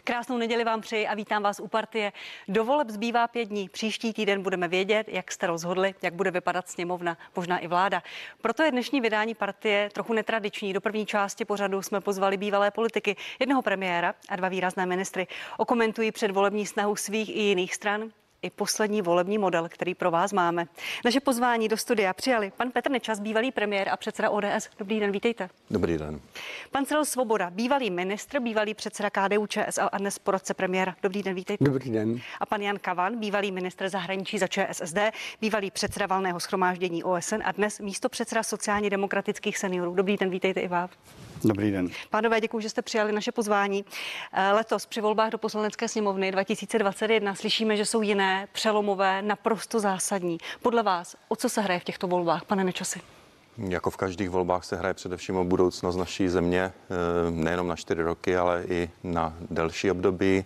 Krásnou neděli vám přeji a vítám vás u Partie. Do voleb zbývá 5 dní. Příští týden budeme vědět, jak jste rozhodli, jak bude vypadat sněmovna, možná i vláda. Proto je dnešní vydání Partie trochu netradiční. Do první části pořadu jsme pozvali bývalé politiky, jednoho premiéra a 2 výrazné ministry. Okomentují předvolební snahu svých i jiných stran i poslední volební model, který pro vás máme. Naše pozvání do studia přijali pan Petr Nečas, bývalý premiér a předseda ODS. Dobrý den, vítejte. Dobrý den. Pan Cyril Svoboda, bývalý ministr, bývalý předseda KDU-ČSL a dnes poradce premiéra. Dobrý den, vítejte. Dobrý den. A pan Jan Kavan, bývalý ministr zahraničí za ČSSD, bývalý předseda Valného shromáždění OSN a dnes místopředseda sociálně demokratických seniorů. Dobrý den, vítejte i vás. Dobrý den. Pánové, děkuji, že jste přijali naše pozvání. Letos při volbách do Poslanecké sněmovny 2021 slyšíme, že jsou jiné, přelomové, naprosto zásadní. Podle vás, o co se hraje v těchto volbách, pane Nečasi? Jako v každých volbách se hraje především o budoucnost naší země, nejenom na 4 roky, ale i na delší období.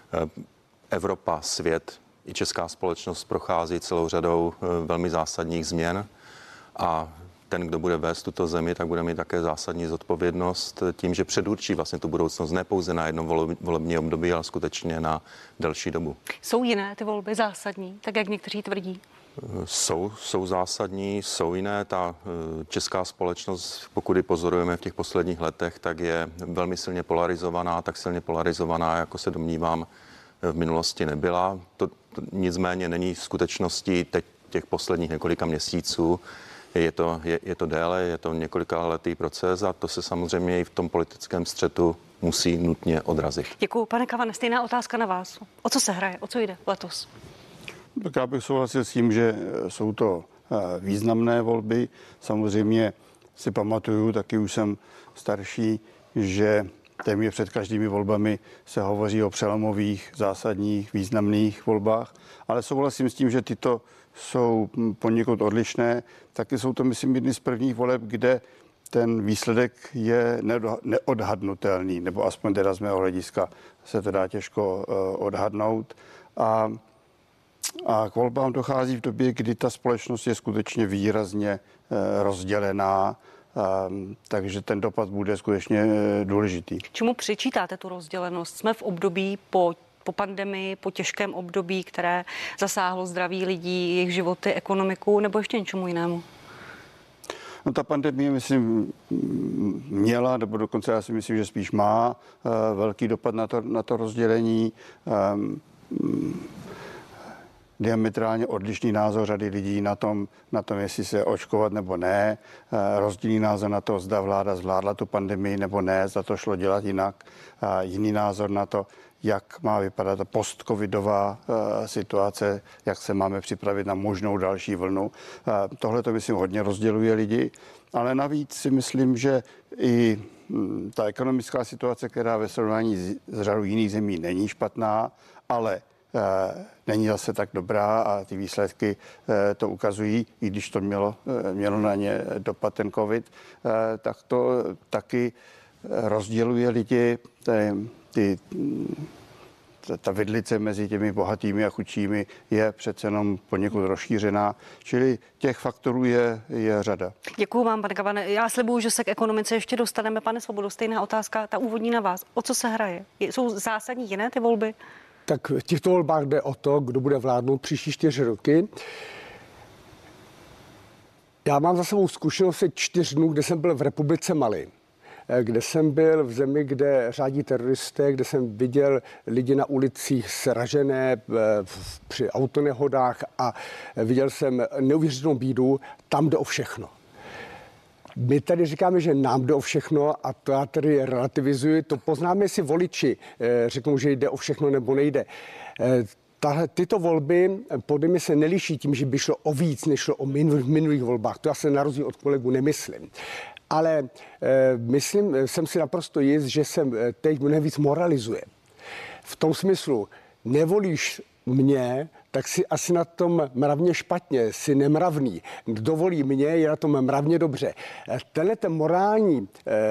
Evropa, svět i česká společnost prochází celou řadou velmi zásadních změn a ten, kdo bude vést tuto zemi, tak bude mít také zásadní zodpovědnost tím, že předurčí vlastně tu budoucnost ne pouze na jedno volební období, ale skutečně na delší dobu. Jsou jiné ty volby zásadní, tak jak někteří tvrdí? Jsou zásadní, jsou jiné. Ta česká společnost, pokud ji pozorujeme v těch posledních letech, tak je velmi silně polarizovaná, tak silně polarizovaná, jako se domnívám, v minulosti nebyla. To nicméně není skutečností teď těch posledních několika měsíců. Je to déle, je to několikaletý proces a to se samozřejmě i v tom politickém střetu musí nutně odrazit. Děkuji. Pane Kavane, stejná otázka na vás. O co se hraje? O co jde letos? Tak já bych souhlasil s tím, že jsou to významné volby. Samozřejmě si pamatuju, taky už jsem starší, že téměř před každými volbami se hovoří o přelomových, zásadních, významných volbách, ale souhlasím s tím, že tyto jsou poněkud odlišné. Taky jsou to, myslím, jedny z prvních voleb, kde ten výsledek je neodhadnutelný, nebo aspoň teda z mého hlediska se to dá těžko odhadnout. A k volbám dochází v době, kdy ta společnost je skutečně výrazně rozdělená, takže ten dopad bude skutečně důležitý. Čemu přičítáte tu rozdělenost? Jsme v období po pandemii, po těžkém období, které zasáhlo zdraví lidí, jejich životy, ekonomiku, nebo ještě něčemu jinému? No, ta pandemie, myslím, měla, nebo dokonce já si myslím, že spíš má velký dopad na to rozdělení. Diametrálně odlišný názor řady lidí na tom, jestli se očkovat nebo ne. Rozdílný názor na to, zda vláda zvládla tu pandemii nebo ne, zda to šlo dělat jinak. Jiný názor na to, jak má vypadat ta post-covidová situace, jak se máme připravit na možnou další vlnu. Tohle to, myslím, hodně rozděluje lidi, ale navíc si myslím, že i ta ekonomická situace, která ve srovnání s řadou jiných zemí není špatná, ale není zase tak dobrá a ty výsledky to ukazují, i když to mělo na ně dopad ten covid, tak to taky rozděluje lidi, ta vidlice mezi těmi bohatými a chudšími je přece jenom poněkud rozšířená, čili těch faktorů je řada. Děkuju vám, pane Kavane. Já slibuju, že se k ekonomice ještě dostaneme. Pane Svobodo, stejná otázka, ta úvodní na vás. O co se hraje? Jsou zásadní jiné ty volby? Tak v těchto volbách jde o to, kdo bude vládnout příští 4 roky. Já mám za sebou zkušenost 4 dnů, kde jsem byl v republice Mali, kde jsem byl v zemi, kde řádí teroristé, kde jsem viděl lidi na ulicích sražené při autonehodách a viděl jsem neuvěřitelnou bídu. Tam jde o všechno. My tady říkáme, že nám jde o všechno a to já tady relativizuji. To poznáme, jestli voliči řeknou, že jde o všechno nebo nejde. Tyto volby podle mě se neliší tím, že by šlo o víc, než šlo o minulých volbách. To já se na rozdíl od kolegů nemyslím. Ale jsem si naprosto jist, že se teď mnohem víc moralizuje. V tom smyslu, nevolíš mě, tak si asi na tom mravně špatně, si nemravný. Dovolí mě, je na tom mravně dobře. Tato morální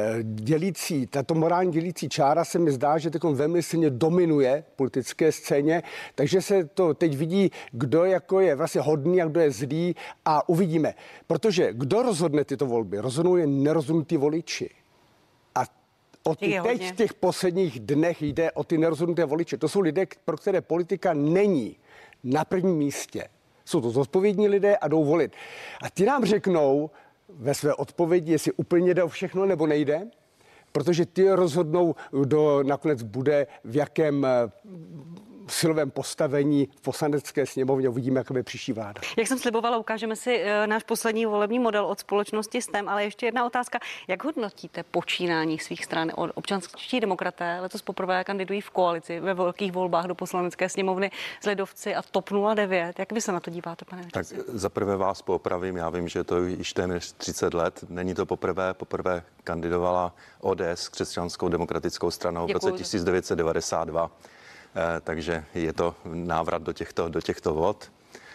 dělící čára se mi zdá, že takovým velmi silně dominuje politické scéně, takže se to teď vidí, kdo jako je vlastně hodný a kdo je zlý a uvidíme. Protože kdo rozhodne tyto volby? Rozhodnou je nerozhodnutí voliči. A Teď v těch posledních dnech jde o ty nerozhodnuté voliče. To jsou lidé, pro které politika není na prvním místě. Jsou to zodpovědní lidé a jdou volit. A ti nám řeknou ve své odpovědi, jestli úplně jde o všechno nebo nejde, protože ty rozhodnou, kdo nakonec bude v jakém silovém postavení v Poslanecké sněmovně. Uvidíme, jak bude příští vláda. Jak jsem slibovala, ukážeme si náš poslední volební model od společnosti STEM, ale ještě jedna otázka. Jak hodnotíte počínání svých stran? Občanští demokraté letos poprvé kandidují v koalici ve velkých volbách do Poslanecké sněmovny s lidovci a TOP 09. Jak vy se na to díváte, pane Tak Vítězi? za prvé vás poopravím. Já vím, že to již téměř 30 let. Není to poprvé. Poprvé kandidovala ODS, Křesťanskou demokratickou stranou v roce 1992. Takže je to návrat do těchto vod.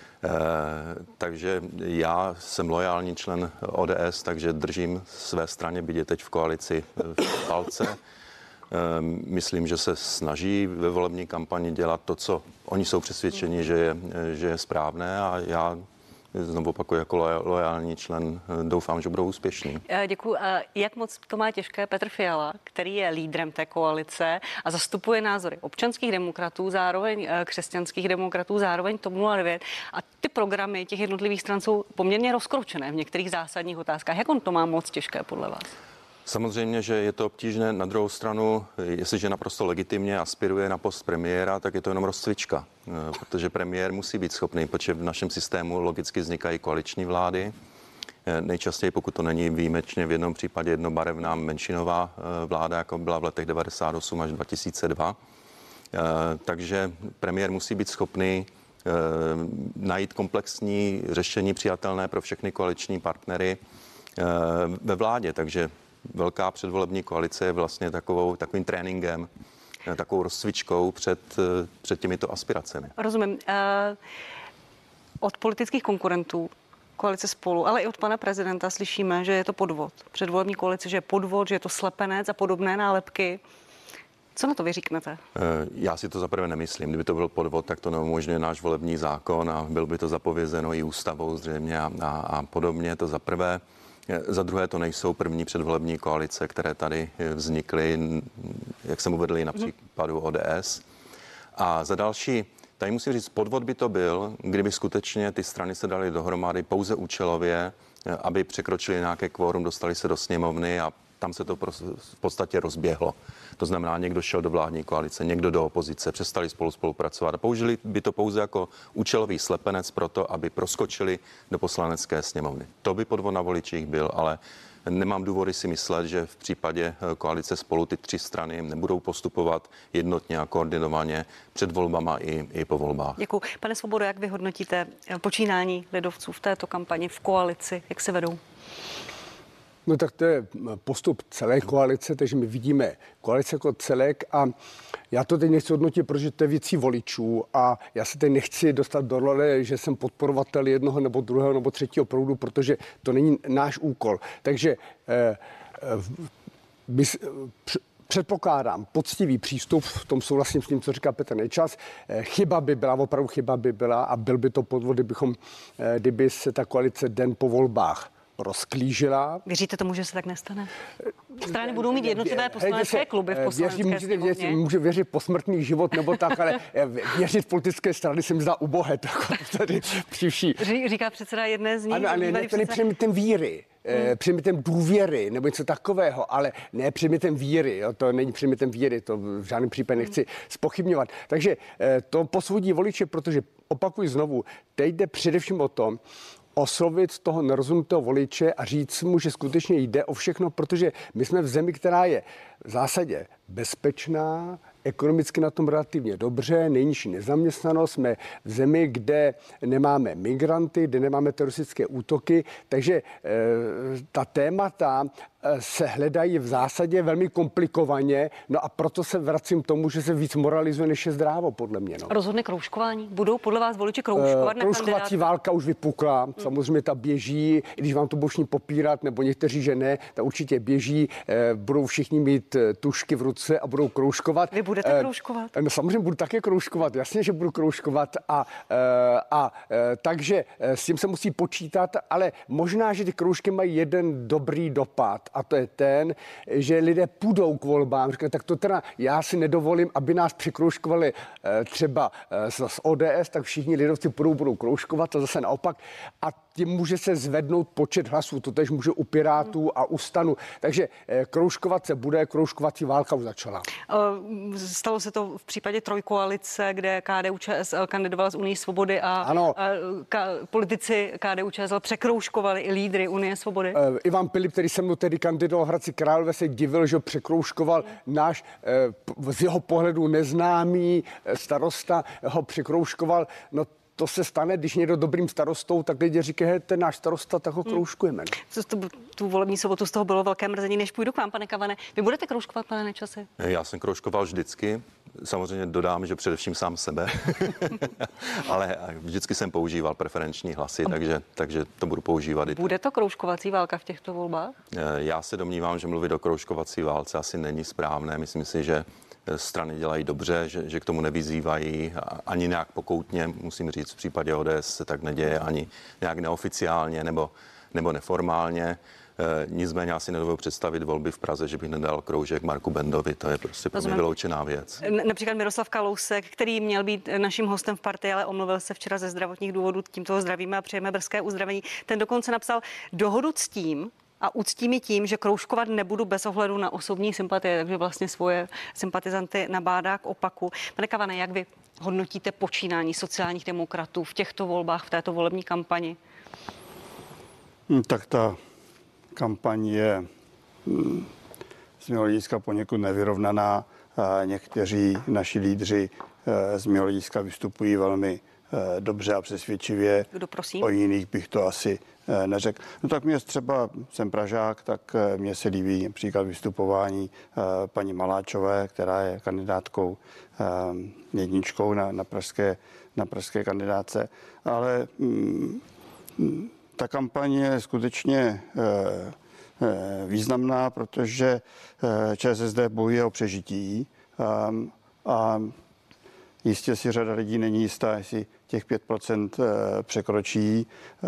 Takže já jsem loajální člen ODS, takže držím své straně, byť je teď v koalici, v palce. Myslím, že se snaží ve volební kampani dělat to, co oni jsou přesvědčeni, že je správné, a já znovu opakuju, jako loajální člen doufám, že budou úspěšní. Děkuji. Jak moc to má těžké Petr Fiala, který je lídrem té koalice a zastupuje názory občanských demokratů, zároveň křesťanských demokratů, zároveň TOP 09, a ty programy těch jednotlivých stran jsou poměrně rozkročené v některých zásadních otázkách. Jak on to má moc těžké podle vás? Samozřejmě, že je to obtížné. Na druhou stranu, jestliže naprosto legitimně aspiruje na post premiéra, tak je to jenom rozcvička, protože premiér musí být schopný, protože v našem systému logicky vznikají koaliční vlády. Nejčastěji, pokud to není výjimečně v jednom případě jednobarevná menšinová vláda, jako byla v letech 98 až 2002. Takže premiér musí být schopný najít komplexní řešení přijatelné pro všechny koaliční partnery ve vládě. Takže velká předvolební koalice je vlastně takovým tréninkem, takovou rozcvičkou před těmito aspiracemi. Rozumím. Od politických konkurentů koalice Spolu, ale i od pana prezidenta slyšíme, že je to podvod. Předvolební koalice, že je podvod, že je to slepenec a podobné nálepky. Co na to vy říknete? Já si to zaprvé nemyslím. Kdyby to byl podvod, tak to neumožňuje náš volební zákon a byl by to zapovězeno i ústavou zřejmě a podobně. To zaprvé. Za druhé, to nejsou první předvolební koalice, které tady vznikly, jak jsem uvedl, na případu ODS. A za další, tady musím říct, podvod by to byl, kdyby skutečně ty strany se daly dohromady pouze účelově, aby překročili nějaké kvórum, dostali se do sněmovny a tam se to v podstatě rozběhlo. To znamená, někdo šel do vládní koalice, někdo do opozice, přestali spolupracovat a použili by to pouze jako účelový slepenec pro to, aby proskočili do Poslanecké sněmovny. To by podvod na voličích byl, ale nemám důvody si myslet, že v případě koalice Spolu ty tři strany nebudou postupovat jednotně a koordinovaně před volbama i po volbách. Děkuji. Pane Svobodo, jak vy hodnotíte počínání lidovců v této kampani, v koalici, jak se vedou? No tak to je postup celé koalice, takže my vidíme koalice jako celek a já to teď nechci hodnotit, protože to je věcí voličů a já se teď nechci dostat do role, že jsem podporovatel jednoho nebo druhého nebo třetího proudu, protože to není náš úkol. Takže předpokládám poctivý přístup, v tom souhlasím s tím, co říká Petr Nečas. Chyba by byla, opravdu chyba by byla a byl by to podvod, kdyby se ta koalice den po volbách rozklížila. Věříte tomu, že se tak nestane? Strany budou mít jednotlivé poslanecké kluby v Poslanecké sněmovně. Může věřit posmrtný život nebo tak, ale věřit v politické strany se mi zdá ubohé. Tady příští. Říká předseda jedné z nich. Ano, ale ne předmětem víry. Předmětem důvěry nebo něco takového, ale ne předmětem víry. Jo, to není předmětem víry, to v žádném případě nechci zpochybňovat. Takže to posoudí voliče, protože opakuji znovu, teď jde především o tom, oslovit toho nerozumného voliče a říct mu, že skutečně jde o všechno, protože my jsme v zemi, která je v zásadě bezpečná, ekonomicky na tom relativně dobře, nejnižší nezaměstnanost, jsme v zemi, kde nemáme migranty, kde nemáme teroristické útoky, takže ta témata se hledají v zásadě velmi komplikovaně, no a proto se vracím k tomu, že se víc moralizuje, než je zdrávo, podle mě. No. Rozhodne kroužkování? Budou podle vás voliči kroužkovat na kroužkovací válka už vypukla, samozřejmě ta běží, i když vám to božní popírat, nebo někteří, že ne, ta určitě běží, budou všichni mít tušky v ruce a budou kroužkovat. Vy budete kroužkovat? No samozřejmě budu také kroužkovat, jasně, že budu kroužkovat takže s tím se musí počítat, ale možná, že ty kroužky mají jeden dobrý dopad a to je ten, že lidé půjdou k volbám. Říkají, tak to teda já si nedovolím, aby nás překroužkovali třeba z ODS, tak všichni lidovci budou kroužkovat a zase naopak. A tím může se zvednout počet hlasů. To tež může u Pirátů a u STANu. Takže kroužkovat se bude, kroužkovací válka už začala. Stalo se to v případě trojkoalice, kde KDU-ČSL kandidovala z Unie svobody a politici KDU-ČSL překroužkovali i lídry Unie svobody. Ivan Pilip, který se mnou tedy kandidoval v Hradci Králové, se divil, že překroužkoval náš z jeho pohledu neznámý starosta, ho překroužkoval. No to se stane, když někdo dobrým starostou, tak lidi říkají, hej, ten náš starosta, tak ho kroužkujeme. Tu volební sobotu z toho bylo velké mrzení, než půjdu k vám, pane Kavane. Vy budete kroužkovat, pane Nečase? Já jsem kroužkoval vždycky. Samozřejmě dodám, že především sám sebe, ale vždycky jsem používal preferenční hlasy, takže to budu používat i. Bude to kroužkovací válka v těchto volbách? Já se domnívám, že mluvit o kroužkovací válce asi není správné. Myslím si, že strany dělají dobře, že k tomu nevyzývají ani nějak pokoutně, musím říct, v případě ODS se tak neděje ani nějak neoficiálně nebo neformálně. Nicméně já si nedovedu představit volby v Praze, že bych nedal kroužek Marku Bendovi, to je prostě pro mě vyloučená věc. Například Miroslav Kalousek, který měl být naším hostem v partii, ale omluvil se včera ze zdravotních důvodů, tímto ho zdravíme a přejeme brzké uzdravení. Ten dokonce napsal dohodu s tím, a uctí mi tím, že kroužkovat nebudu bez ohledu na osobní sympatie, takže vlastně svoje sympatizanty nabádá k opaku. Pane Kavane, jak vy hodnotíte počínání sociálních demokratů v těchto volbách, v této volební kampani? Tak ta kampaň je z mého hlediska poněkud nevyrovnaná. Někteří naši lídři z mého hlediska vystupují velmi dobře a přesvědčivě. Kdo, prosím? O jiných bych to asi neřekl. No tak mě třeba, jsem Pražák, tak mně se líbí například vystupování paní Maláčové, která je kandidátkou jedničkou na pražské kandidáce. Ale ta kampaň je skutečně významná, protože ČSSD bojuje o přežití a jistě si řada lidí není jistá, jestli těch 5% překročí.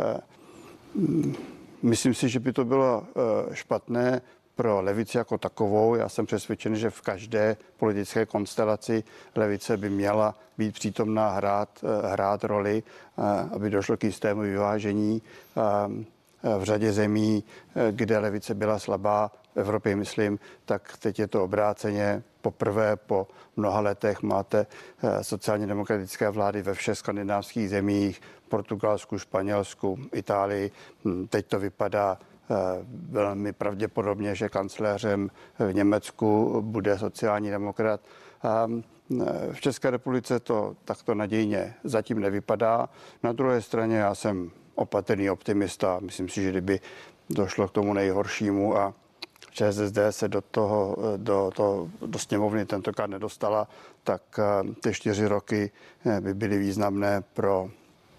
Myslím si, že by to bylo špatné pro levici jako takovou. Já jsem přesvědčen, že v každé politické konstelaci levice by měla být přítomná hrát roli, aby došlo k jistému vyvážení. V řadě zemí, kde levice byla slabá, v Evropě myslím, tak teď je to obráceně. Poprvé po mnoha letech máte sociálně demokratické vlády ve všech skandinávských zemích, Portugalsku, Španělsku, Itálii. Teď to vypadá velmi pravděpodobně, že kancléřem v Německu bude sociální demokrat. V České republice to takto nadějně zatím nevypadá. Na druhé straně já jsem opatrný optimista. Myslím si, že kdyby došlo k tomu nejhoršímu a ČSSD se do sněmovny tentokrát nedostala, tak ty 4 roky by byly významné pro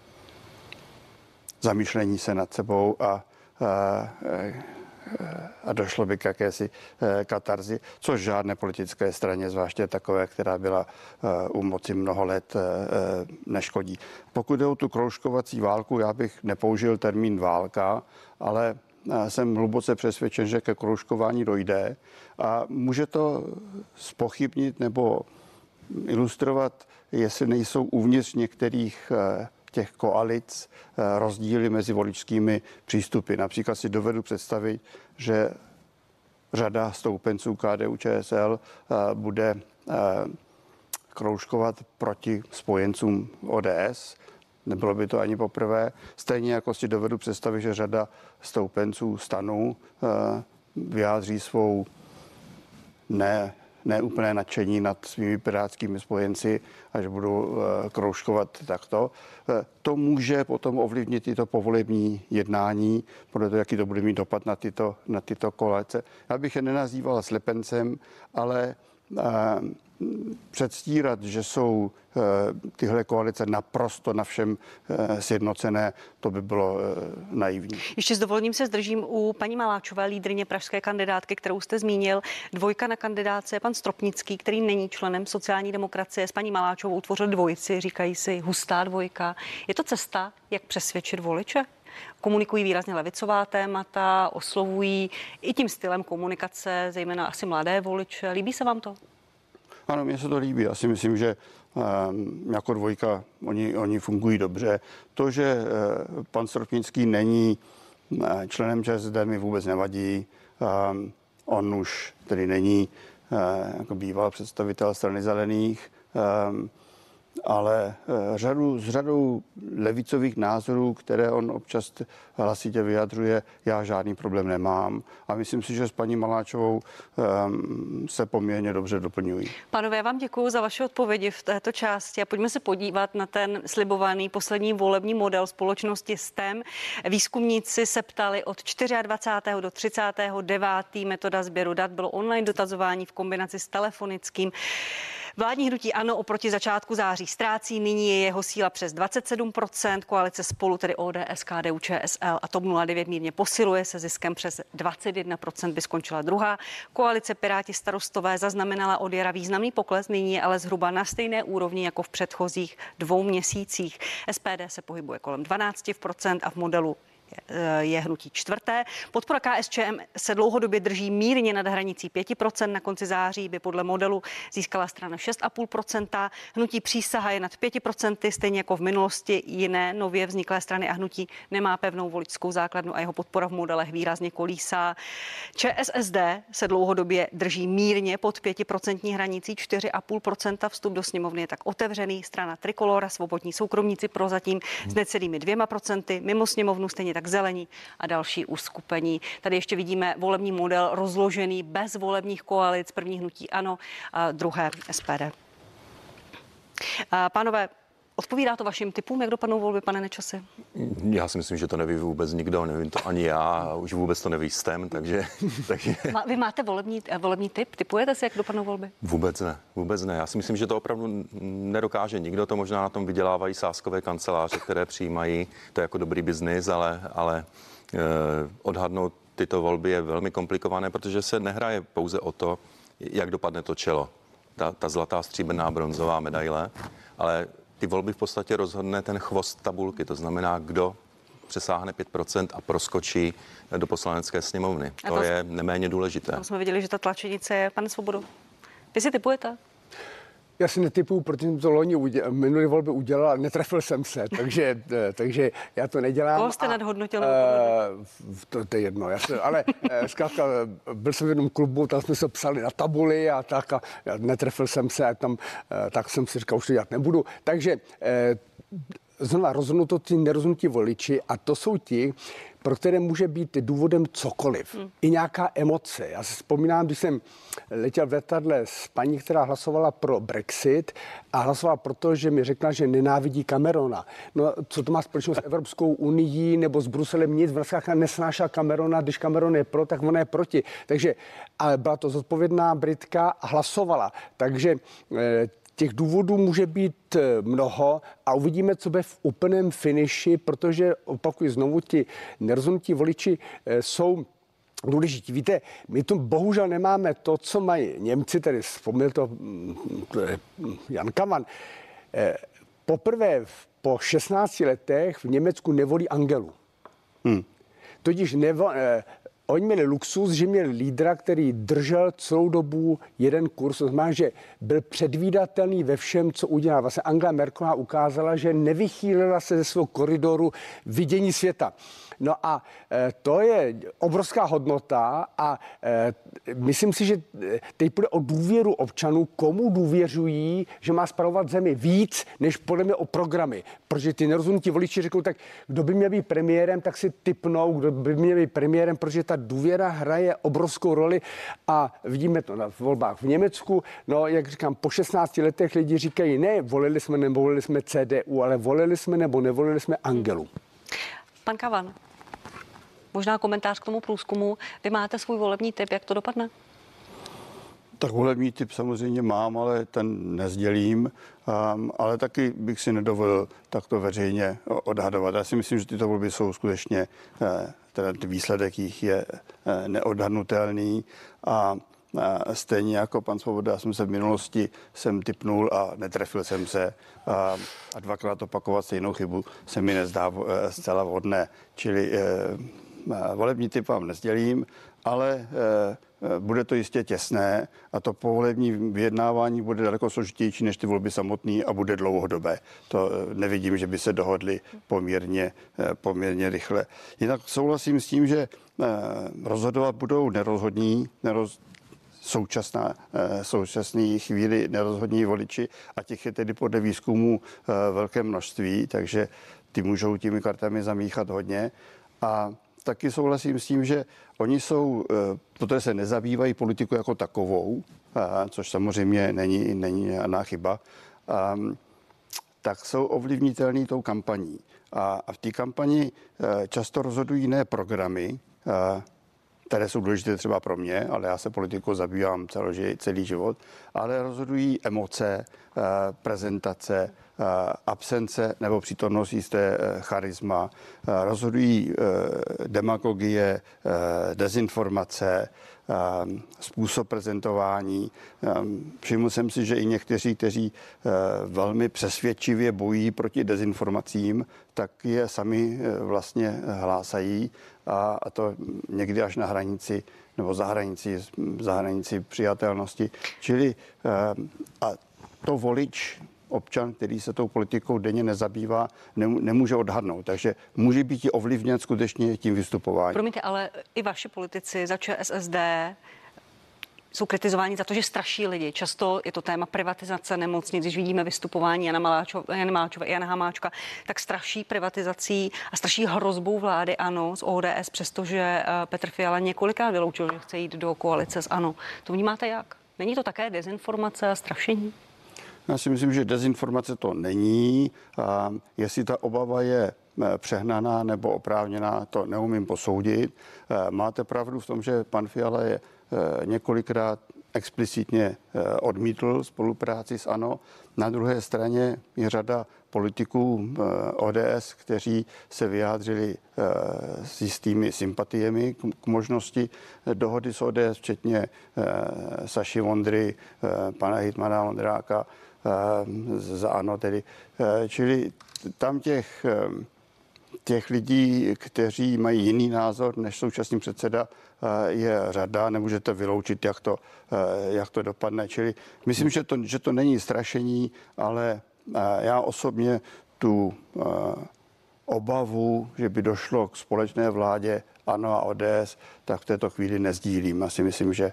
zamýšlení se nad sebou a došlo by k jakési katarzi, což žádné politické straně, zvláště takové, která byla u moci mnoho let, neškodí. Pokud jde o tu kroužkovací válku, já bych nepoužil termín válka, ale jsem hluboce přesvědčen, že ke kroužkování dojde a může to zpochybnit nebo ilustrovat, jestli nejsou uvnitř některých těch koalic rozdíly mezi voličskými přístupy. Například si dovedu představit, že řada stoupenců KDU-ČSL bude kroužkovat proti spojencům ODS. Nebylo by to ani poprvé. Stejně jako si dovedu představit, že řada stoupenců STANu vyjádří svou neúplné nadšení nad svými pirátskými spojenci, až budou kroužkovat takto. To může potom ovlivnit i to povolební jednání, podle toho, jaký to bude mít dopad na tyto koalice. Já bych je nenazýval slepencem, ale předstírat, že jsou tyhle koalice naprosto na všem sjednocené, to by bylo naivní. Ještě s dovolením se zdržím u paní Maláčové, lídryně pražské kandidátky, kterou jste zmínil. 2 na kandidáce je pan Stropnický, který není členem sociální demokracie. S paní Maláčovou utvořil dvojici, říkají si hustá 2. Je to cesta, jak přesvědčit voliče? Komunikují výrazně levicová témata, oslovují i tím stylem komunikace, zejména asi mladé voliče. Líbí se vám to? Ano, mně se to líbí. Já si myslím, že jako dvojka oni fungují dobře. To, že pan Stropnický není členem ČSSD, mi vůbec nevadí. On už tedy není jako býval představitel Strany zelených, ale s řadou levicových názorů, které on občas hlasitě vyjadřuje, já žádný problém nemám. A myslím si, že s paní Maláčovou se poměrně dobře doplňují. Pánové, já vám děkuji za vaše odpovědi v této části a pojďme se podívat na ten slibovaný poslední volební model společnosti STEM. Výzkumníci se ptali od 24. do 39. Metoda sběru dat bylo online dotazování v kombinaci s telefonickým. Vládní hnutí ANO oproti začátku září ztrácí, nyní je jeho síla přes 27%, koalice Spolu, tedy ODS, KDU, ČSL a TOP 09 mírně posiluje, se ziskem přes 21% by skončila druhá. Koalice Piráti Starostové zaznamenala od jara významný pokles, nyní je ale zhruba na stejné úrovni jako v předchozích 2 měsících. SPD se pohybuje kolem 12% a v modelu je hnutí čtvrté. Podpora KSČM se dlouhodobě drží mírně nad hranicí 5%. Na konci září by podle modelu získala strana 6,5%. Hnutí Přísaha je nad 5%, stejně jako v minulosti jiné nově vzniklé strany a hnutí nemá pevnou voličskou základnu a jeho podpora v modelech výrazně kolísá. ČSSD se dlouhodobě drží mírně pod 5% hranicí 4,5%. Vstup do sněmovny je tak otevřený. Strana Trikolora, Svobodní soukromníci prozatím s necelými 2%. Mimo sněmovnu stejně tak Zelení a další uskupení. Tady ještě vidíme volební model rozložený bez volebních koalic, první hnutí ANO a druhé SPD. Pánové, odpovídá to vašim tipům, jak dopadnou volby, pane Nečasi? Já si myslím, že to neví vůbec nikdo, nevím to ani já, a už vůbec to neví STEM, takže... Vy máte volební tip? Tipujete si, jak dopadnou volby? Vůbec ne. Já si myslím, že to opravdu nedokáže nikdo, to možná na tom vydělávají sázkové kanceláře, které přijímají, to je jako dobrý biznis, ale odhadnout tyto volby je velmi komplikované, protože se nehraje pouze o to, jak dopadne to čelo, ta zlatá, stříbrná, bronzová medaile, ale ty volby v podstatě rozhodne ten chvost tabulky, to znamená, kdo přesáhne 5% a proskočí do poslanecké sněmovny. To je neméně důležité. Tam jsme viděli, že ta tlačenice je, pane Svobodo. Vy si tipujete? Já si netipuju, protože jsem to minulý volby udělal, ale netrefil jsem se, takže já to nedělám. Koho jste nadhodnotil? To je jedno, ale zkrátka byl jsem v jednom klubu, tam jsme se psali na tabuli a tak a netrefil jsem se a tam, tak jsem si říkal, už to dělat nebudu. Takže znova rozhodnuto ti nerozhodnutí voliči a to jsou ti, pro které může být důvodem cokoliv. I nějaká emoce. Já si vzpomínám, když jsem letěl v letadle s paní, která hlasovala pro Brexit a hlasovala proto, že mi řekla, že nenávidí Camerona. No, co to má společného s Evropskou unií nebo s Bruselem? Nic, vlastně nesnášela Camerona, když Cameron je pro, tak ona je proti. Takže, ale byla to zodpovědná Britka a hlasovala. Takže těch důvodů může být mnoho a uvidíme, co bude v úplném finiši, protože, opakuji znovu, ti nerozhodnutí voliči jsou důležití. Víte, my tu bohužel nemáme to, co mají Němci, tedy vzpomněl to Jan Kaman. Poprvé po 16 letech v Německu nevolí Angelu. Totiž oni měli luxus, že měli lídra, který držel celou dobu jeden kurz. To znamená, že byl předvídatelný ve všem, co udělal. Vlastně Angela Merkelová ukázala, že nevychýlila se ze svého koridoru vidění světa. No a to je obrovská hodnota a myslím si, že teď půjde o důvěru občanů, komu důvěřují, že má spravovat zemi víc, než podle mě o programy. Protože ty nerozhodnutí voliči řeknou, tak kdo by měl být premiérem, tak si tipnou, kdo by měl být premiérem, protože ta důvěra hraje obrovskou roli a vidíme to na volbách v Německu. No, jak říkám, po 16 letech lidi říkají, ne, volili jsme nebo volili jsme CDU, ale volili jsme nebo nevolili jsme Angelu. Pan Kavan, možná komentář k tomu průzkumu. Vy máte svůj volební tip, jak to dopadne? Tak volební tip samozřejmě mám, ale ten nezdělím, ale taky bych si nedovolil takto veřejně odhadovat. Já si myslím, že tyto volby jsou skutečně, ten výsledek jich je neodhadnutelný a stejně jako pan Svoboda, já jsem se v minulosti tipnul a netrefil jsem se a dvakrát opakovat stejnou chybu se mi nezdá zcela vhodné. Čili volební typ vám nesdělím, ale bude to jistě těsné a to povolební vyjednávání bude daleko složitější než ty volby samotné a bude dlouhodobé. To nevidím, že by se dohodli poměrně rychle. Jinak souhlasím s tím, že rozhodovat budou nerozhodní, současné chvíli nerozhodní voliči a těch je tedy podle výzkumu velké množství, takže ty můžou těmi kartami zamíchat hodně. A taky souhlasím s tím, že oni jsou, protože se nezabývají politiku jako takovou, což samozřejmě není žádná chyba, tak jsou ovlivnitelní tou kampaní. A v té kampani často rozhodují ne programy, které jsou důležité třeba pro mě, ale já se politikou zabývám celý život, ale rozhodují emoce, prezentace, absence nebo přítomnost jisté charisma, rozhodují demagogie, dezinformace, způsob prezentování. Všiml jsem si, že i někteří, kteří velmi přesvědčivě bojí proti dezinformacím, tak je sami vlastně hlásají a to někdy až na hranici nebo za hranici přijatelnosti. Čili a to volič, občan, který se tou politikou denně nezabývá, nemůže odhadnout. Takže může být i ovlivněn skutečně tím vystupováním. Promiňte, ale i vaši politici za ČSSD jsou kritizováni za to, že straší lidi. Často je to téma privatizace nemocnic. Když vidíme vystupování Jana Maláčova i Jana Hamáčka, tak straší privatizací a straší hrozbou vlády ANO z ODS, přestože Petr Fiala několikrát vyloučil, že chce jít do koalice s ANO. To vnímáte jak? Není to také dezinformace a strašení? Já si myslím, že dezinformace to není. Jestli ta obava je přehnaná nebo oprávněná, to neumím posoudit. Máte pravdu v tom, že pan Fiala je několikrát explicitně odmítl spolupráci s ANO. Na druhé straně je řada politiků ODS, kteří se vyjádřili s jistými sympatiemi k možnosti dohody s ODS, včetně Saši Vondry, pana hejtmana Vondráka za ANO tedy. Čili tam těch lidí, kteří mají jiný názor než současný předseda, je řada, nemůžete vyloučit, jak to dopadne. Čili myslím, že to není strašení, ale já osobně tu obavu, že by došlo k společné vládě ANO a ODS, tak v této chvíli nezdílím. Já si myslím, že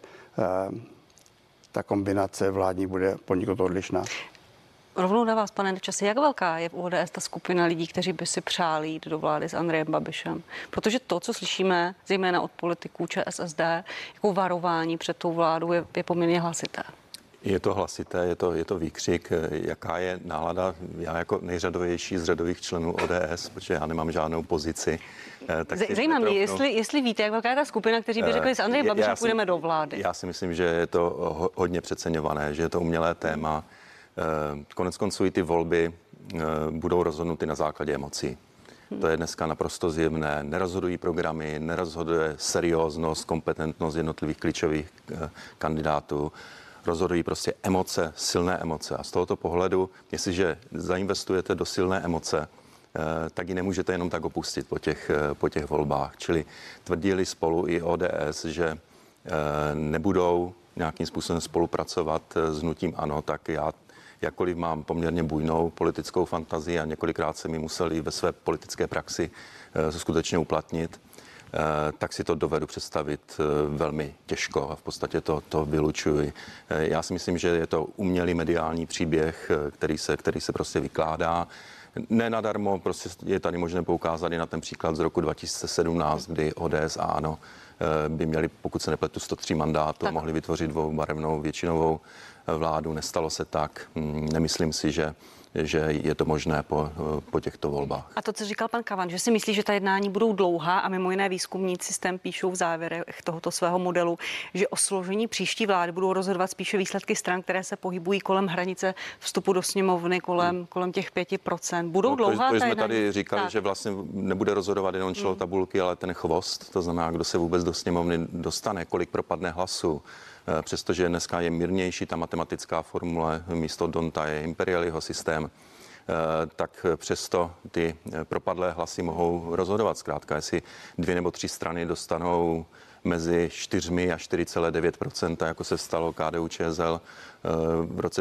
ta kombinace vládní bude poněkud odlišná. Rovnou na vás, pane Nečase, jak velká je v ODS ta skupina lidí, kteří by si přáli jít do vlády s Andrejem Babišem? Protože to, co slyšíme, zejména od politiků ČSSD, jako varování před tou vládou, je poměrně hlasité. Je to hlasité, je to výkřik. Jaká je nálada? Já jako nejřadovější z řadových členů ODS, protože já nemám žádnou pozici. Zajímá mě, jestli víte, jak velká je ta skupina, kteří by řekli, s Andrejem Babišem půjdeme do vlády. Já si myslím, že je to hodně přeceňované, že je to umělé téma. Konec konců i ty volby budou rozhodnuty na základě emocí. To je dneska naprosto zjevné. Nerozhodují programy, nerozhoduje serióznost, kompetentnost jednotlivých klíčových kandidátů. Rozhodují prostě emoce, silné emoce. A z tohoto pohledu, jestliže zainvestujete do silné emoce, tak ji nemůžete jenom tak opustit po těch volbách. Čili tvrdili spolu i ODS, že nebudou nějakým způsobem spolupracovat s hnutím ANO, tak já jakkoliv mám poměrně bujnou politickou fantazii a několikrát jsem ji musel i ve své politické praxi skutečně uplatnit, tak si to dovedu představit velmi těžko a v podstatě to vylučuji. Já si myslím, že je to umělý mediální příběh, který se prostě vykládá. Nenadarmo prostě je tady možné poukázat i na ten příklad z roku 2017, kdy ODS a ANO by měli, pokud se nepletu, 103 mandátů, mohli vytvořit dvoubarevnou většinovou vládu. Nestalo se tak. Nemyslím si, že je to možné po těchto volbách. A to, co říkal pan Kavan, že si myslí, že ta jednání budou dlouhá a mimo jiné výzkumníci s tím píšou v závěrech tohoto svého modelu, že o složení příští vlády budou rozhodovat spíše výsledky stran, které se pohybují kolem hranice vstupu do sněmovny, kolem těch 5%. Budou dlouhá to ta jsme jednání? tady říkali, tak. Že vlastně nebude rozhodovat jenom člo tabulky, ale ten chvost, to znamená, kdo se vůbec do sněmovny dostane, kolik propadne hlasů, Přestože dneska je mírnější ta matematická formule, místo Donta je Imperialiho systém, tak přesto ty propadlé hlasy mohou rozhodovat. Zkrátka, jestli 2 nebo 3 strany dostanou mezi 4 a 4,9%, jako se stalo KDU-ČSL v roce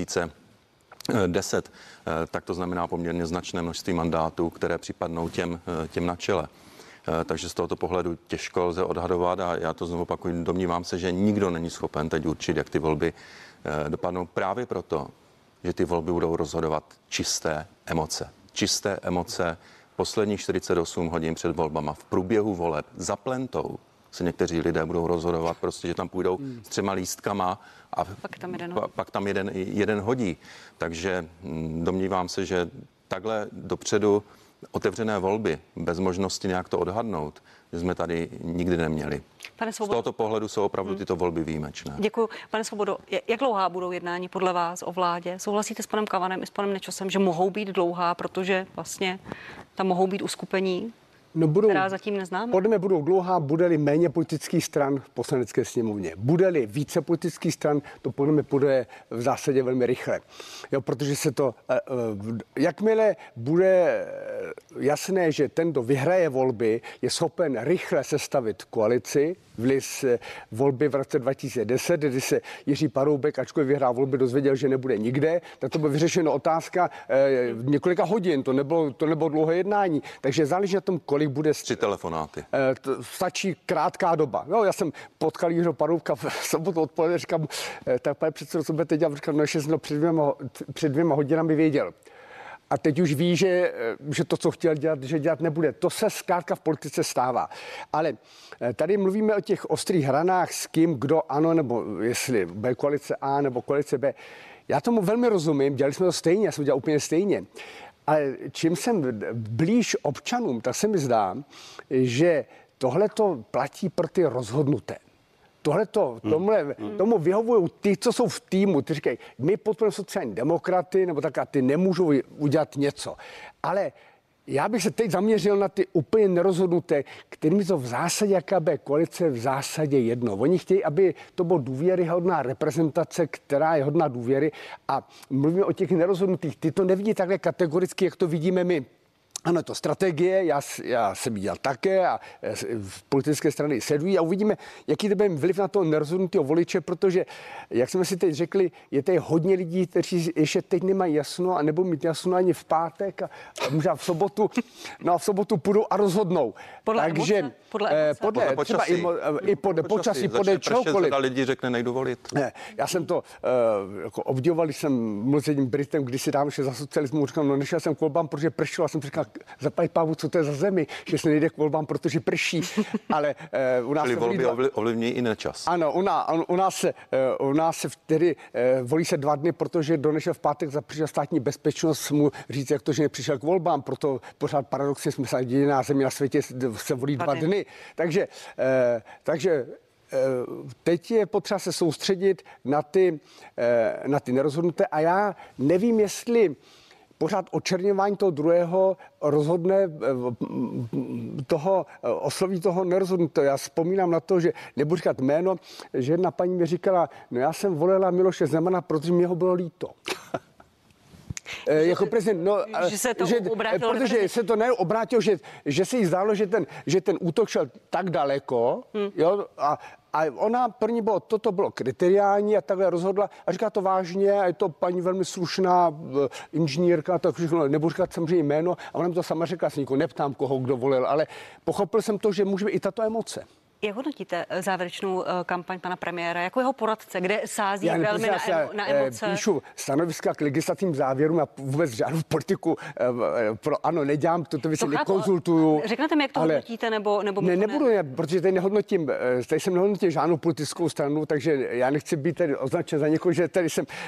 2010, tak to znamená poměrně značné množství mandátů, které připadnou těm na čele. Takže z tohoto pohledu těžko lze odhadovat a já to znovu opakuju, domnívám se, že nikdo není schopen teď určit, jak ty volby dopadnou právě proto, že ty volby budou rozhodovat čisté emoce. Čisté emoce posledních 48 hodin před volbama v průběhu voleb za plentou se někteří lidé budou rozhodovat, prostě, že tam půjdou s 3 lístkama a pak tam jeden hodí. Takže domnívám se, že takhle dopředu otevřené volby bez možnosti nějak to odhadnout, že jsme tady nikdy neměli. Z tohoto pohledu jsou opravdu tyto volby výjimečné. Děkuji. Pane Svobodo, jak dlouhá budou jednání podle vás o vládě? Souhlasíte s panem Kavanem i s panem Nečasem, že mohou být dlouhá, protože vlastně tam mohou být uskupení, která zatím neznáme? Podle mě budou dlouhá, bude-li méně politických stran v poslanecké sněmovně. Bude-li více politických stran, to podle mě bude v zásadě velmi rychle. Jo, protože se to, jakmile bude jasné, že ten, kdo vyhraje volby, je schopen rychle sestavit koalici, vliv volby v roce 2010, kdy se Jiří Paroubek, ačkoliv vyhrál volby, dozvěděl, že nebude nikde, tak to byla vyřešena otázka několika hodin, to nebylo dlouhé jednání. Takže záleží na tom, kolik bude 3 telefonáty. Stačí krátká doba. No, já jsem potkal Jiřího Paroubka v sobotu odpoledne, říkám, tak pane předsedo, co budete dělat? Říkám, no ještě jsem před 2 hodinami věděl. A teď už ví, že to, co chtěl dělat, že dělat nebude. To se zkrátka v politice stává. Ale tady mluvíme o těch ostrých hranách s kým, kdo ano, nebo jestli bude koalice A nebo koalice B. Já tomu velmi rozumím, dělali jsme to stejně, já jsem dělal úplně stejně. Ale čím jsem blíž občanům, tak se mi zdá, že tohle to platí pro ty rozhodnuté. Tomu vyhovují ty, co jsou v týmu. Ty říkají, my podporujeme sociální demokraty, nebo tak a ty nemůžou udělat něco. Ale já bych se teď zaměřil na ty úplně nerozhodnuté, kterými to v zásadě, jaká bude koalice, v zásadě jedno. Oni chtějí, aby to byla důvěryhodná reprezentace, která je hodná důvěry, a mluvíme o těch nerozhodnutých. Ty to nevidí takhle kategoricky, jak to vidíme my. Ano, je to strategie, já jsem viděl také a v politické strany sledují a uvidíme, jaký to bude vliv na toho nerozhodnutého voliče, protože, jak jsme si teď řekli, je tady hodně lidí, kteří ještě teď nemají jasno a nebudou mít jasno ani v pátek a možná v sobotu. No a v sobotu půjdou a rozhodnou. Podle počasí, podle čehokoliv. Lidi řekne, nejdu volit. Já jsem to jako obdivoval, když jsem mluvil s jedním Britem, když si dám, že za socialismu, říkal, no nešel jsem k volbám, protože pršelo, a jsem říkal, zaplať pávu, co to je za zemi, že se nejde k volbám, protože prší, ale u nás... Čili volby ovlivní i Nečas. Ano, u nás se vtedy volí se 2 dny, protože donešel v pátek za přišel státní bezpečnost mu říct, jak to, že nepřišel k volbám, proto pořád paradoxně jsme se jediná země na světě se volí 2 dny. Takže teď je potřeba se soustředit na ty nerozhodnuté a já nevím, jestli pořád očerňování toho druhého rozhodne osloví toho nerozhodnutého. Já vzpomínám na to, že nebudu říkat jméno, že jedna paní mi říkala, no já jsem volila Miloše Zemana, protože mě ho bylo líto. Jako prezident, že se to obrátilo, protože se to neobrátilo, že se jí zdálo, že ten útok šel tak daleko, jo, a ona pro ní toto bylo kriteriální a takhle rozhodla a říká to vážně a je to paní velmi slušná inženýrka, tak nebudu říkat samozřejmě jméno a ona mi to sama řekla, se nikoho neptám, koho kdo volil, ale pochopil jsem to, že může být i tato emoce. Jak hodnotíte závěrečnou kampaň pana premiéra jako jeho poradce, kde sází velmi na emoce? Píšu stanoviska k legislativním závěrům a vůbec žádnou politiku ano, nedělám, toto věci nekonzultuju. Řeknete mi, jak to hodnotíte, nebo nebudu, protože tady jsem nehodnotil žádnou politickou stranu, takže já nechci být tady označen za někoho, že tady jsem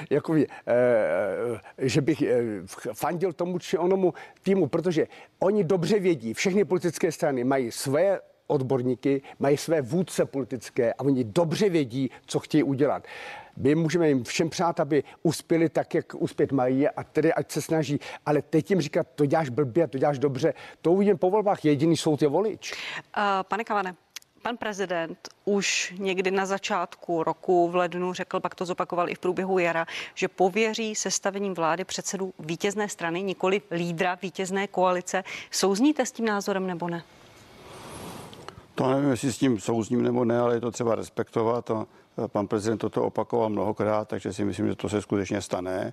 že bych fandil tomu či onomu týmu, protože oni dobře vědí, všechny politické strany mají své odborníky, mají své vůdce politické a oni dobře vědí, co chtějí udělat. My můžeme jim všem přát, aby uspěli tak, jak uspět mají a tedy ať se snaží, ale teď jim říkat, to děláš blbě, to děláš dobře, to uvidím po volbách, jediný soud je volič. Pane Kavane, Pan prezident už někdy na začátku roku v lednu řekl, pak to zopakoval i v průběhu jara, že pověří sestavením vlády předsedu vítězné strany, nikoli lídra vítězné koalice. Souzníte s tím názorem nebo ne? To nevím, jestli s tím souzním nebo ne, ale je to třeba respektovat. A pan prezident toto opakoval mnohokrát, takže si myslím, že to se skutečně stane.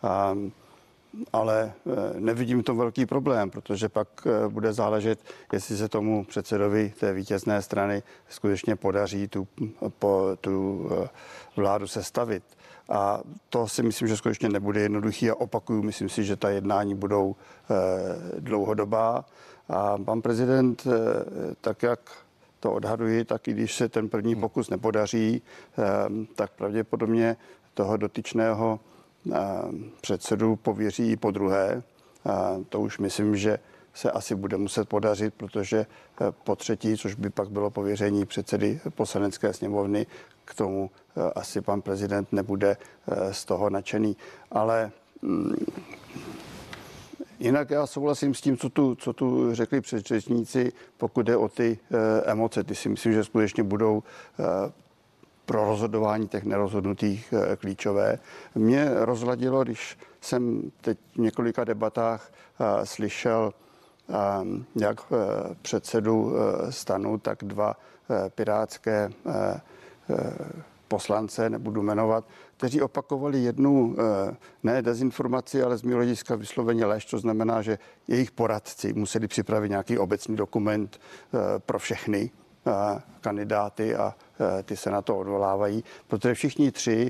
Ale nevidím to velký problém, protože pak bude záležet, jestli se tomu předsedovi té vítězné strany skutečně podaří tu vládu sestavit. A to si myslím, že skutečně nebude jednoduchý a opakuju, myslím si, že ta jednání budou dlouhodobá. A pan prezident, tak jak to odhaduji, tak i když se ten první pokus nepodaří, tak pravděpodobně toho dotyčného předsedu pověří i po druhé. To už myslím, že se asi bude muset podařit, protože po třetí, což by pak bylo pověření předsedy Poslanecké sněmovny, k tomu asi pan prezident nebude z toho nadšený. Ale jinak já souhlasím s tím, co tu řekli předřečníci, pokud jde o ty emoce. Ty si myslím, že skutečně budou pro rozhodování těch nerozhodnutých klíčové. Mě rozladilo, když jsem teď v několika debatách slyšel jak předsedu STANu, tak dva pirátské poslance, nebudu jmenovat, kteří opakovali jednu ne dezinformaci, ale z mého hlediska vysloveně lež, to znamená, že jejich poradci museli připravit nějaký obecný dokument pro všechny kandidáty a ty se na to odvolávají, protože všichni tři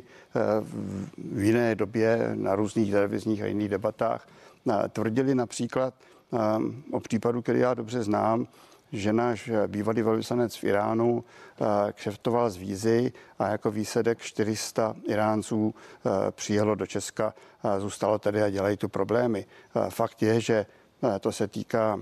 v jiné době na různých televizních a jiných debatách tvrdili například o případu, který já dobře znám, že náš bývalý velvyslanec v Iránu kšeftoval z vízy a jako výsledek 400 Iránců přijelo do Česka, zůstalo tady a dělají tu problémy. Fakt je, že to se týká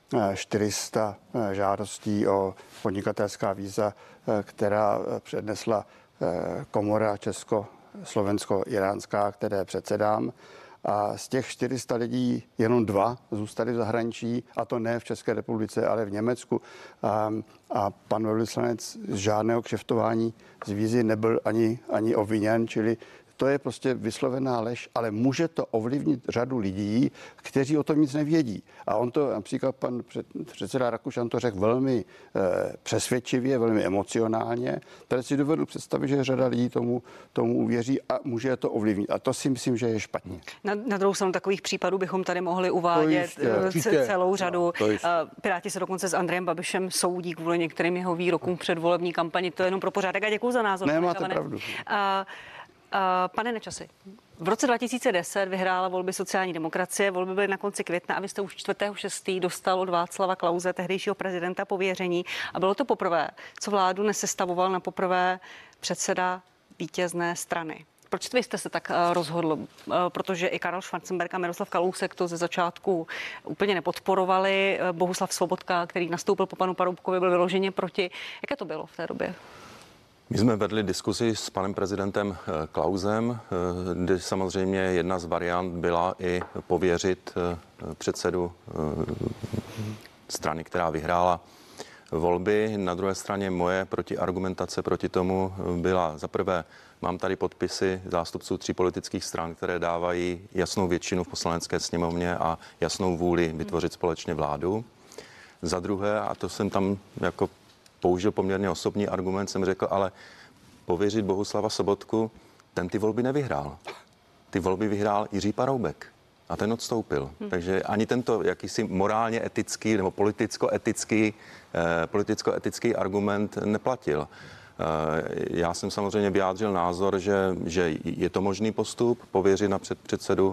400 žádostí o podnikatelská víza, která přednesla komora česko-slovensko-iránská, které předsedám. A z těch 400 lidí jenom 2 zůstali v zahraničí, a to ne v České republice, ale v Německu. A pan velvyslanec z žádného kšeftování z vízy nebyl ani obviněn, čili to je prostě vyslovená lež, ale může to ovlivnit řadu lidí, kteří o tom nic nevědí. A on to, například pan předseda Rakušan to řekl velmi přesvědčivě, velmi emocionálně, tady si dovedu představit, že řada lidí tomu uvěří a může to ovlivnit. A to si myslím, že je špatně. Na druhou stranu takových případů bychom tady mohli uvádět celou řadu. Piráti se dokonce s Andrejem Babišem soudí kvůli některým jeho výrokům v předvolební kampani. To je jenom pro pořádek a děkuju za názor. Ne, máte pravdu. Pane Nečasi, v roce 2010 vyhrála volby sociální demokracie, volby byly na konci května a vy jste už 4.6. dostal od Václava Klause, tehdejšího prezidenta, pověření a bylo to poprvé, co vládu nesestavoval na poprvé předseda vítězné strany. Proč vy jste se tak rozhodl? Protože i Karel Schwarzenberg a Miroslav Kalousek to ze začátku úplně nepodporovali. Bohuslav Sobotka, který nastoupil po panu Paroubkovi, byl vyloženě proti. Jaké to bylo v té době? My jsme vedli diskusi s panem prezidentem Klausem, kde samozřejmě jedna z variant byla i pověřit předsedu strany, která vyhrála volby. Na druhé straně moje protiargumentace proti tomu byla: za prvé, mám tady podpisy zástupců 3 politických stran, které dávají jasnou většinu v Poslanecké sněmovně a jasnou vůli vytvořit společně vládu. Za druhé, a to jsem tam jako použil poměrně osobní argument, jsem řekl, ale pověřit Bohuslava Sobotku, ten ty volby nevyhrál. Ty volby vyhrál Jiří Paroubek a ten odstoupil. Takže ani tento jakýsi morálně etický nebo politicko-etický argument neplatil. Já jsem samozřejmě vyjádřil názor, že je to možný postup, pověřit na předsedu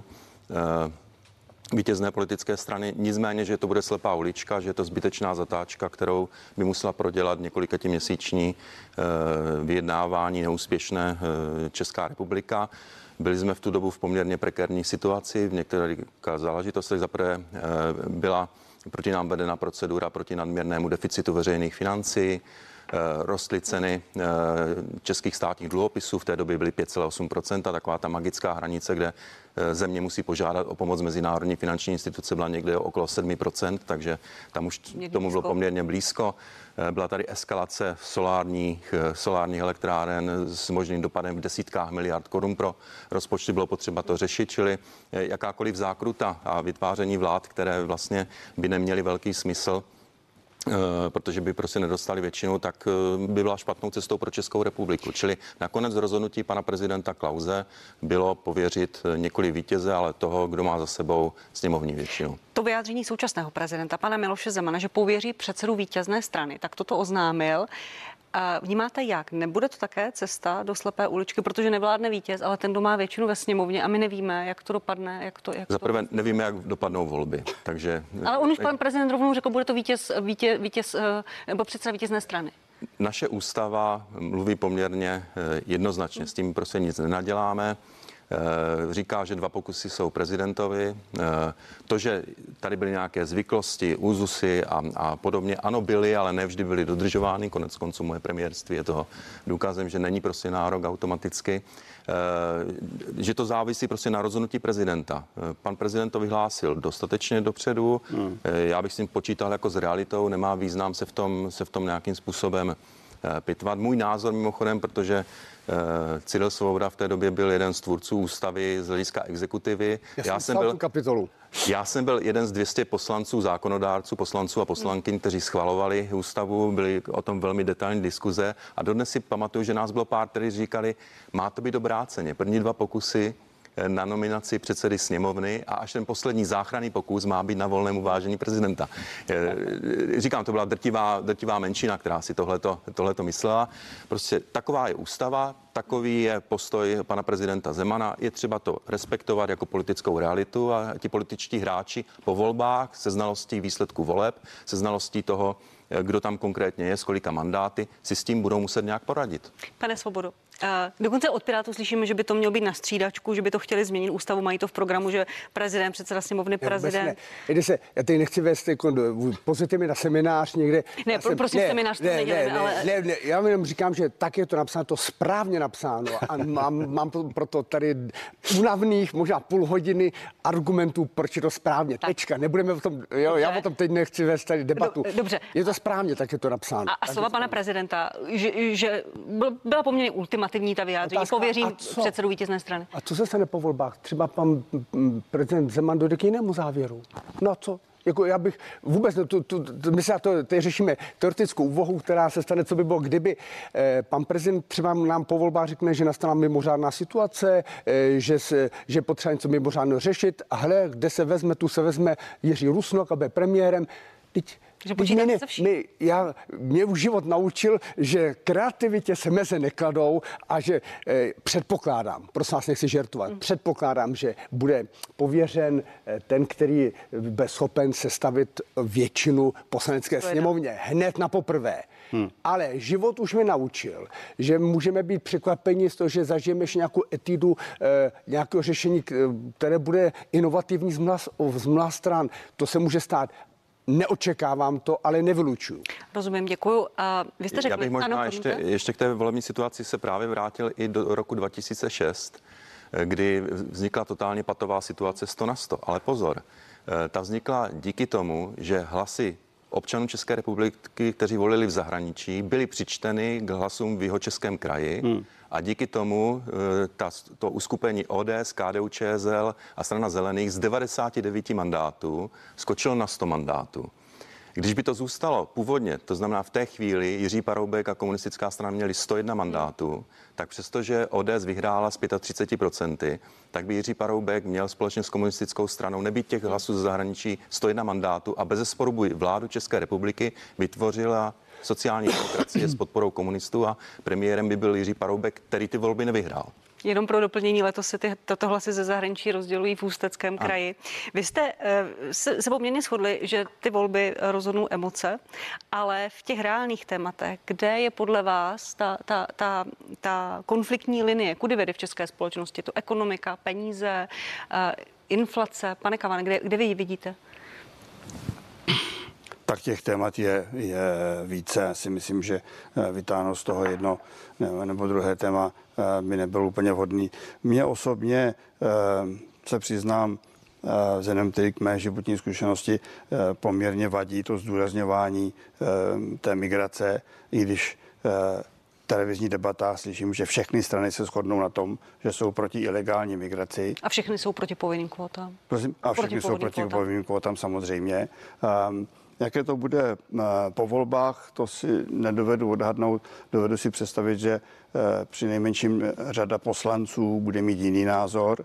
vítězné politické strany, nicméně, že to bude slepá ulička, že je to zbytečná zatáčka, kterou by musela prodělat několikaměsíční vyjednávání neúspěšné Česká republika. Byli jsme v tu dobu v poměrně prekérní situaci, v některých záležitostech. Zaprvé byla proti nám vedena procedura proti nadměrnému deficitu veřejných financí. rostly ceny českých státních dluhopisů, v té době byly 5,8%, taková ta magická hranice, kde země musí požádat o pomoc mezinárodní finanční instituce, byla někde okolo 7%, takže tam už tomu bylo poměrně blízko. Byla tady eskalace solárních elektráren s možným dopadem v desítkách miliard korun pro rozpočty, bylo potřeba to řešit, čili jakákoliv zákruta a vytváření vlád, které vlastně by neměly velký smysl, protože by prostě nedostali většinu, tak by byla špatnou cestou pro Českou republiku. Čili nakonec rozhodnutí pana prezidenta Klause bylo pověřit několik vítěze, ale toho, kdo má za sebou sněmovní většinu. To vyjádření současného prezidenta, pana Miloše Zemana, že pověří předsedu vítězné strany, tak toto oznámil. Vnímáte jak? Nebude to také cesta do slepé uličky, protože nevládne vítěz, ale ten, kdo má většinu ve sněmovně a my nevíme, jak to dopadne, Zaprvé nevíme, jak dopadnou volby, takže... Ale on už pan prezident rovnou řekl, bude to vítěz nebo předseda vítězné strany. Naše ústava mluví poměrně jednoznačně, s tím prostě nic nenaděláme. Říká, že 2 pokusy jsou prezidentovi. To, že tady byly nějaké zvyklosti, úzusy a podobně, ano, byly, ale nevždy byly dodržovány. Konec konců moje premiérství je toho důkazem, že není prostě nárok automaticky. Že to závisí prostě na rozhodnutí prezidenta. Pan prezident to vyhlásil dostatečně dopředu. Já bych s tím počítal jako s realitou. Nemá význam se v tom nějakým způsobem pitvat. Můj názor mimochodem, protože Cyril Svoboda v té době byl jeden z tvůrců ústavy z hlediska exekutivy. Já jsem byl jeden z 200 poslanců, zákonodárců, poslanců a poslankyň, kteří schvalovali ústavu, byly o tom velmi detailní diskuze a dodnes si pamatuju, že nás bylo pár, kteří říkali, má to být obráceně. První 2 pokusy na nominaci předsedy sněmovny a až ten poslední záchranný pokus má být na volném uvážení prezidenta. Říkám, to byla drtivá menšina, která si tohleto myslela. Prostě taková je ústava, takový je postoj pana prezidenta Zemana. Je třeba to respektovat jako politickou realitu a ti političtí hráči po volbách se znalostí výsledků voleb, se znalostí toho, kdo tam konkrétně je, s kolika mandáty, si s tím budou muset nějak poradit. Pane Svobodo, dokonce od Pirátů slyšíme, že by to mělo být na střídačku, že by to chtěli změnit ústavu, mají to v programu, že prezident, předseda sněmovny, prezident. Já tady nechci vést pozvěte mi na seminář někde. Prosím, seminář to neděláme, ale... Já jenom říkám, že tak je to napsáno, to správně napsáno a mám proto tady únavných, možná půl hodiny argumentů, proč je to správně. Tečka, nebudeme v tom, já o tom teď nechci vést tady debatu. Dobře. Je to správně, tak je to napsáno. A slova pana prezidenta, že byla poměrně ultimativní ta vyjádření, pověřím předsedu vítězné strany. A co se stane po volbách? Třeba pan prezident Zeman dojde k jinému závěru. No co? Jako já bych vůbec, my se tady řešíme teoretickou úvahu, která se stane, co by bylo, kdyby pan prezident třeba nám po volbách řekne, že nastala mimořádná situace, že potřeba něco mimořádného řešit a hele, kde se vezme, tu se vezme Jiří Rusnok, aby premiérem. Mě už život naučil, že kreativitě se meze nekladou a že předpokládám, prosím vás, nechci žertovat, předpokládám, že bude pověřen ten, který bude schopen sestavit většinu poslanecké sněmovně hned na poprvé. Ale život už mě naučil, že můžeme být překvapeni z toho, že zažijeme ještě nějakou etidu nějakého řešení, které bude inovativní z mnoha stran. To se může stát. Neočekávám to, ale nevylučuju. Rozumím, děkuju. A vy jste řekli, já bych možná ještě k té volební situaci se právě vrátil i do roku 2006, kdy vznikla totálně patová situace 100 na 100. Ale pozor, ta vznikla díky tomu, že hlasy občanů České republiky, kteří volili v zahraničí, byly přičteny k hlasům v Jihočeském kraji a díky tomu to uskupení ODS, KDU-ČSL a Strana zelených z 99 mandátů skočilo na 100 mandátů. Když by to zůstalo původně, to znamená v té chvíli Jiří Paroubek a komunistická strana měli 101 mandátů, tak přestože ODS vyhrála s 35%, tak by Jiří Paroubek měl společně s komunistickou stranou nebýt těch hlasů ze zahraničí 101 mandátů a bezesporu by vládu České republiky vytvořila sociální demokracie s podporou komunistů a premiérem by byl Jiří Paroubek, který ty volby nevyhrál. Jenom pro doplnění, letos se tato hlasy ze zahraničí rozdělují v Ústeckém kraji. Vy jste se poměrně shodli, že ty volby rozhodnou emoce, ale v těch reálných tématech, kde je podle vás ta konfliktní linie, kudy vede v české společnosti, to ekonomika, peníze, inflace, pane Kavan, kde vy ji vidíte? Tak těch témat je více. Já si myslím, že vytáhnout z toho jedno nebo druhé téma by nebylo úplně vhodný. Mně osobně se přiznám, vzhledem tedy k mé životní zkušenosti, poměrně vadí to zdůrazňování té migrace, i když v televizních debatách slyším, že všechny strany se shodnou na tom, že jsou proti ilegální migraci. A všechny jsou proti povinným kvótám. Prosím, a všechny jsou proti povinným kvótám samozřejmě. Jaké to bude po volbách, to si nedovedu odhadnout. Dovedu si představit, že při nejmenším řada poslanců bude mít jiný názor.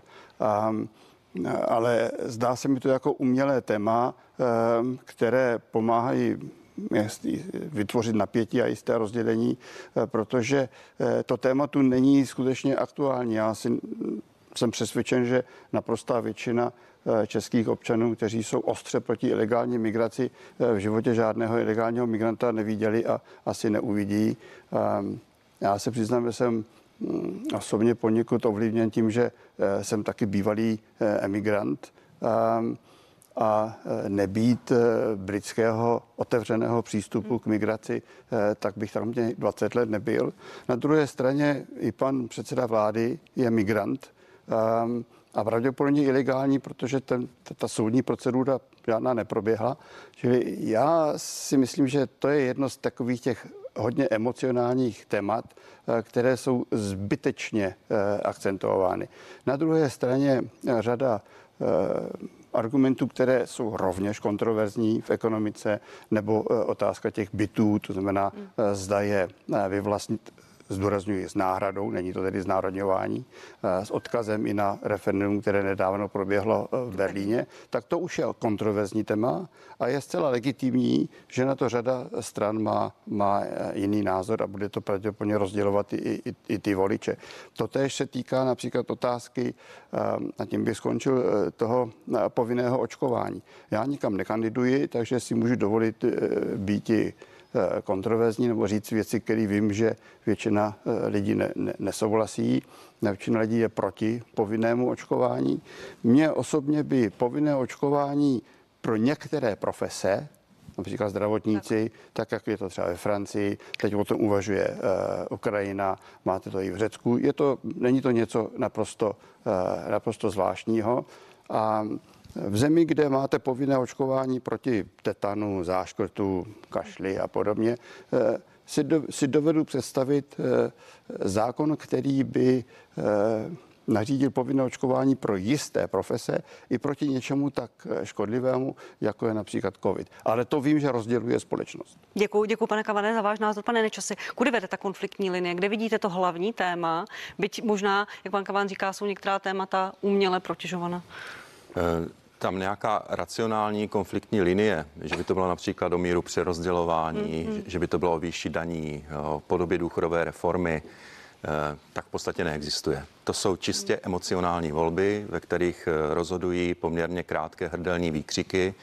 Ale zdá se mi to jako umělé téma, které pomáhají vytvořit napětí a jisté rozdělení, protože to téma tu není skutečně aktuální. Já jsem přesvědčen, že naprostá většina českých občanů, kteří jsou ostře proti ilegální migraci, v životě žádného ilegálního migranta neviděli a asi neuvidí. Já se přiznám, že jsem osobně poněkud ovlivněn tím, že jsem taky bývalý emigrant a nebýt britského otevřeného přístupu k migraci, tak bych tam 20 let nebyl. Na druhé straně i pan předseda vlády je migrant a pravděpodobně ilegální, protože ta soudní procedura žádná neproběhla. Čili já si myslím, že to je jedno z takových těch hodně emocionálních témat, které jsou zbytečně akcentovány. Na druhé straně řada argumentů, které jsou rovněž kontroverzní v ekonomice, nebo otázka těch bytů, to znamená, zda je vyvlastnit, zdůrazňuji, s náhradou, není to tedy znárodňování, s odkazem i na referendum, které nedávno proběhlo v Berlíně, tak to už je kontroverzní téma a je zcela legitimní, že na to řada stran má jiný názor a bude to pravděpodobně rozdělovat i ty voliče. Totéž se týká například otázky, a tím bych skončil, toho povinného očkování. Já nikam nekandiduji, takže si můžu dovolit býti kontroverzní nebo říct věci, které vím, že většina lidí nesouhlasí. Většina lidí je proti povinnému očkování. Mně osobně by povinné očkování pro některé profese, například zdravotníci, tak jak je to třeba ve Francii, teď o tom uvažuje Ukrajina, máte to i v Řecku. Není to něco naprosto zvláštního. A v zemi, kde máte povinné očkování proti tetanu, záškrtu, kašli a podobně, si dovedu představit zákon, který by nařídil povinné očkování pro jisté profese i proti něčemu tak škodlivému, jako je například COVID. Ale to vím, že rozděluje společnost. Děkuji, pane Kavané, za váš názor. Pane Nečasi, kudy vede ta konfliktní linie? Kde vidíte to hlavní téma? Byť možná, jak pan Kavan říká, jsou některá témata uměle protěžovaná. Tam nějaká racionální konfliktní linie, že by to bylo například o míru přerozdělování, že by to bylo o výši daní, o podobě důchodové reformy, tak v podstatě neexistuje. To jsou čistě emocionální volby, ve kterých rozhodují poměrně krátké hrdelní výkřiky.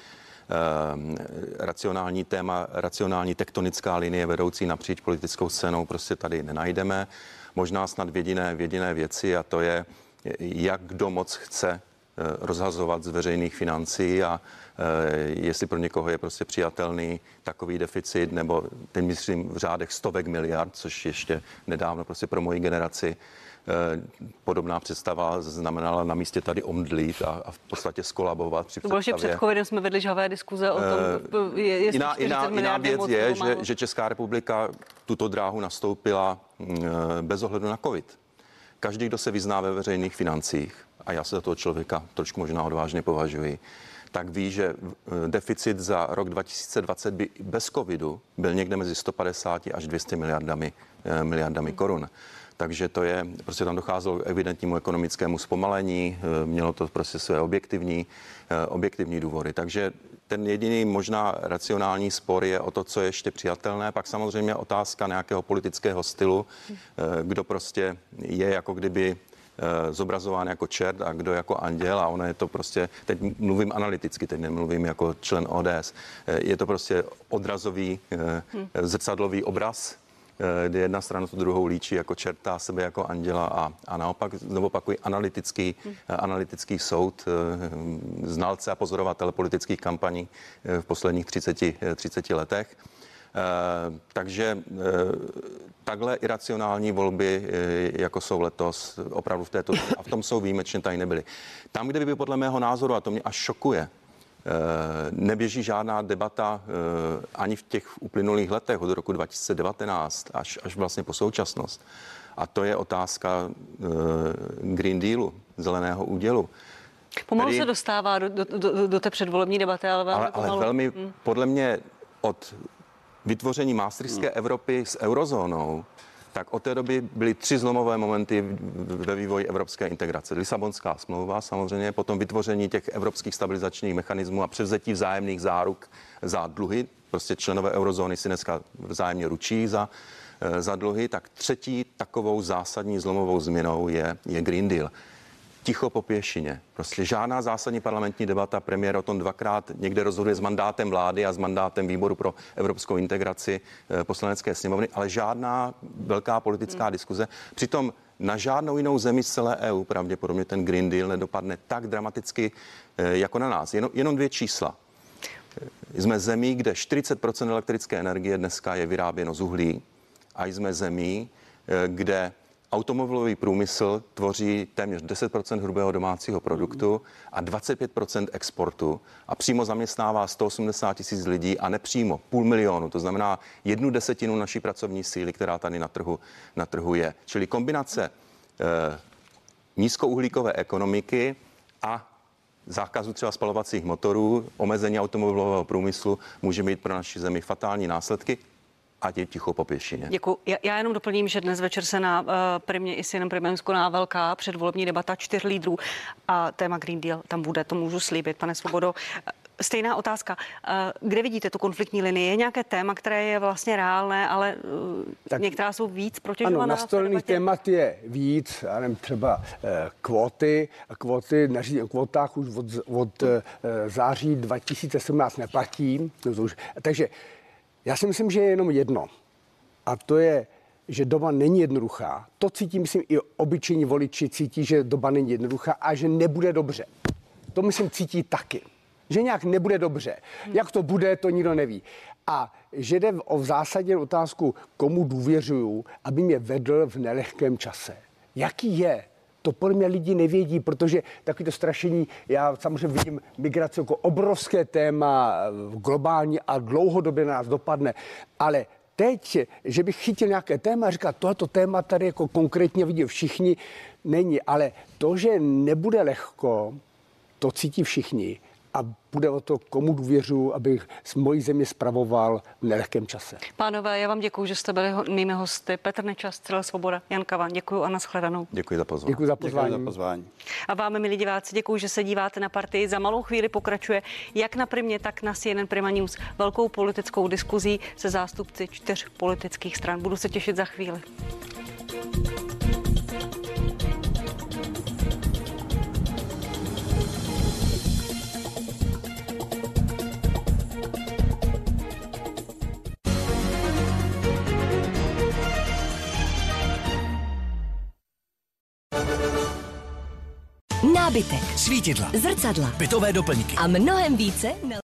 Racionální téma, racionální tektonická linie vedoucí napříč politickou scénou prostě tady nenajdeme. Možná snad v jediné věci, a to je, jak kdo moc chce rozhazovat z veřejných financí a jestli pro někoho je prostě přijatelný takový deficit, nebo teď myslím v řádech stovek miliard, což ještě nedávno prostě pro moji generaci podobná představa znamenala na místě tady omdlít a v podstatě skolabovat při představě. To bylo, že před covidem jsme vedli žhavé diskuze o tom, jestli 40 miliard jiná věc je, že Česká republika tuto dráhu nastoupila bez ohledu na covid. Každý, kdo se vyzná ve veřejných financích, a já se za toho člověka trošku možná odvážně považuji, tak ví, že deficit za rok 2020 by bez covidu byl někde mezi 150 až 200 miliardami korun. Takže to je, prostě tam docházelo k evidentnímu ekonomickému zpomalení, mělo to prostě své objektivní důvody. Takže ten jediný možná racionální spor je o to, co je ještě přijatelné. Pak samozřejmě otázka nějakého politického stylu, kdo prostě je jako kdyby zobrazován jako čert a kdo jako anděl, a ono je to prostě, teď mluvím analyticky, teď nemluvím jako člen ODS, je to prostě odrazový, zrcadlový obraz kdy jedna strana tu druhou líčí jako čerta, sebe jako anděla a naopak, znovu opakuji, analytický soud, znalce a pozorovatele politických kampaní v posledních 30 letech. Takže takhle iracionální volby, jako jsou letos, opravdu v této, a v tom jsou výjimečně tady nebyly. Tam, kde by podle mého názoru, a to mě až šokuje, neběží žádná debata ani v těch uplynulých letech od roku 2019 až vlastně po současnost. A to je otázka Green Dealu, zeleného údělu. Pomalu se dostává do té předvolební debaty, ale velmi, podle mě od vytvoření maastrichtské Evropy s eurozónou, tak od té doby byly 3 zlomové momenty ve vývoji evropské integrace. Lisabonská smlouva samozřejmě, potom vytvoření těch evropských stabilizačních mechanismů a převzetí vzájemných záruk za dluhy. Prostě členové eurozóny si dneska vzájemně ručí za dluhy. Tak třetí takovou zásadní zlomovou změnou je Green Deal. Ticho po pěšině. Prostě žádná zásadní parlamentní debata. Premiér o tom 2krát někde rozhoduje s mandátem vlády a s mandátem výboru pro evropskou integraci poslanecké sněmovny, ale žádná velká politická diskuze. Přitom na žádnou jinou zemi z celé EU pravděpodobně ten Green Deal nedopadne tak dramaticky jako na nás. Jenom 2 čísla. Jsme zemí, kde 40% elektrické energie dneska je vyráběno z uhlí a jsme zemí, kde automobilový průmysl tvoří téměř 10% hrubého domácího produktu a 25% exportu a přímo zaměstnává 180 000 lidí a nepřímo 500 000, to znamená 1/10 naší pracovní síly, která tady na trhu je. Čili kombinace nízkouhlíkové ekonomiky a zákazu třeba spalovacích motorů, omezení automobilového průmyslu může mít pro naši zemi fatální následky. A je ticho po pěšině. Děkuji. Já jenom doplním, že dnes večer se na Primě i s Janem Primem koná velká předvolební debata 4 lídrů a téma Green Deal tam bude, to můžu slíbit, pane Svobodo. Stejná otázka. Kde vidíte tu konfliktní linii? Je nějaké téma, které je vlastně reálné, ale tak, některá jsou víc protěžovaná? Ano, nastolených témat je víc, já nevím, třeba kvóty. Nařízení o kvótách už od září 2017 neplatí. Takže já si myslím, že je jenom jedno. A to je, že doba není jednoduchá. To cítí, myslím, i obyčejní voliči cítí, že doba není jednoduchá a že nebude dobře. To, myslím, cítí taky. Že nějak nebude dobře. Jak to bude, to nikdo neví. A že jde v zásadě otázku, komu důvěřuju, aby mě vedl v nelehkém čase. Jaký je? To podle mě lidi nevědí, protože takovýto strašení, já samozřejmě vidím migraci jako obrovské téma globální a dlouhodobě na nás dopadne, ale teď, že bych chytil nějaké téma a říkal, tohleto téma tady jako konkrétně vidí všichni, není, ale to, že nebude lehko, to cítí všichni a bude o to, komu důvěřuji, abych z mojí země spravoval v nelehkém čase. Pánové, já vám děkuji, že jste byli mými hosty. Petr Nečas, Cyril Svoboda, Jan Kavan. Děkuji a nashledanou. Děkuji za pozvání. Děkuji za pozvání. A vám, milí diváci, děkuji, že se díváte na Partii. Za malou chvíli pokračuje jak na Primě, tak na CNN Prima News velkou politickou diskuzí se zástupci 4 politických stran. Budu se těšit za chvíli. Nábytek, svítidla, zrcadla bytové doplňky a mnohem více.